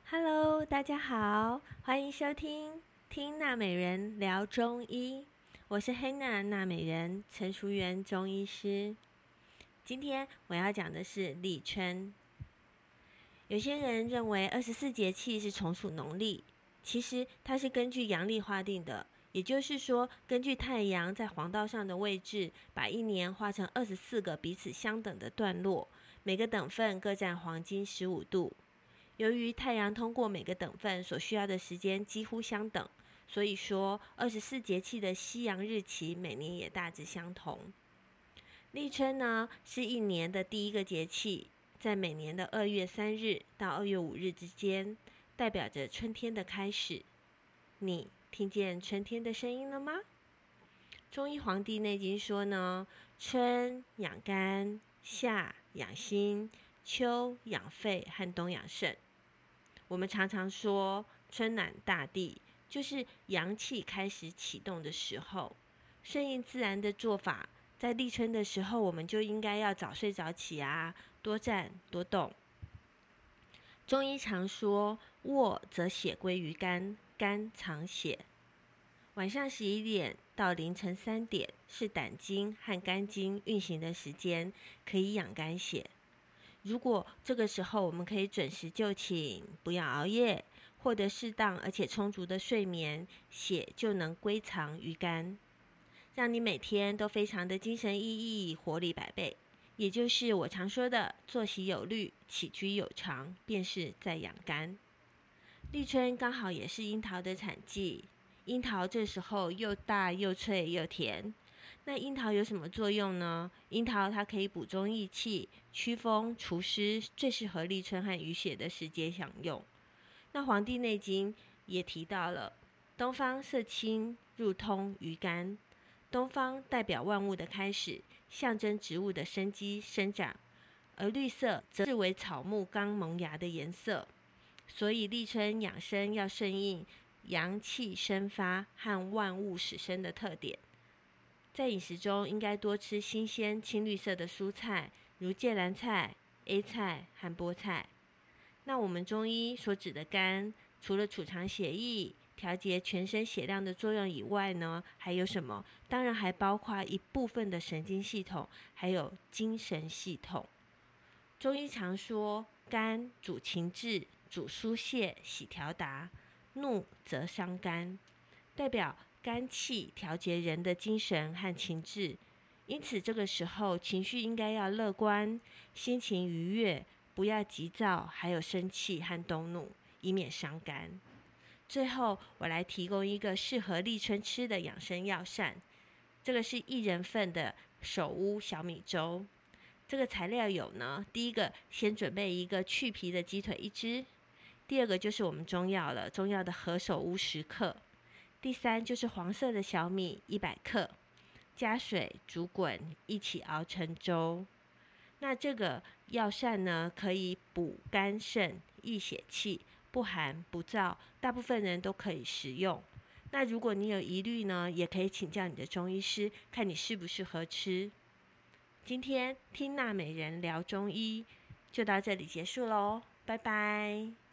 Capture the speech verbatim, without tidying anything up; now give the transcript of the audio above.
Hello，大家好，欢迎收听听娜美人聊中医，我是黑娜娜美人陈淑媛中医师。今天我要讲的是立春。有些人认为二十四节气是从属农历，其实它是根据阳历划定的，也就是说，根据太阳在黄道上的位置，把一年划成二十四个彼此相等的段落，每个等份各占黄金十五度。由于太阳通过每个等份所需要的时间几乎相等，所以说二十四节气的西洋日期每年也大致相同。立春呢，是一年的第一个节气，在每年的二月三日到二月五日之间，代表着春天的开始。你听见春天的声音了吗？中医《黄帝内经》说呢，春养肝，夏养心，秋养肺和冬养肾。我们常常说春暖大地，就是阳气开始启动的时候。顺应自然的做法，在立春的时候，我们就应该要早睡早起啊，多站多动。中医常说，卧则血归于肝，肝藏血。晚上十一点到凌晨三点是胆经和肝经运行的时间，可以养肝血。如果这个时候我们可以准时就寝，不要熬夜，获得适当而且充足的睡眠，血就能归藏于肝，让你每天都非常的精神奕奕，活力百倍。也就是我常说的作息有律，起居有常，便是在养肝。立春刚好也是樱桃的产季，樱桃这时候又大又脆又甜。那樱桃有什么作用呢？樱桃它可以补中益气、祛风除湿，最适合立春和雨雪的时节享用。那《黄帝内经》也提到了，东方色青，入通于肝。东方代表万物的开始，象征植物的生机生长，而绿色则视为草木刚萌芽的颜色。所以立春养生要顺应阳气生发和万物始生的特点。在饮食中应该多吃新鲜青绿色的蔬菜，如芥蓝菜、A 菜和菠菜。那我们中医所指的肝，除了储藏血液、调节全身血量的作用以外呢，还有什么？当然还包括一部分的神经系统，还有精神系统。中医常说，肝主情志，主疏泄、喜调达，怒则伤肝，代表肝气调节人的精神和情志，因此这个时候情绪应该要乐观，心情愉悦，不要急躁，还有生气和动怒，以免伤肝。最后，我来提供一个适合立春吃的养生药膳，这个是一人份的手乌小米粥。这个材料有呢，第一个先准备一个去皮的鸡腿一只，第二个就是我们中药了，中药的何首乌十克。第三就是黄色的小米一百克，加水煮滚，一起熬成粥。那这个药膳呢，可以补肝肾、益血气，不寒不燥，大部分人都可以食用。那如果你有疑虑呢，也可以请教你的中医师，看你适不适合吃。今天听娜美人聊中医就到这里结束咯，拜拜。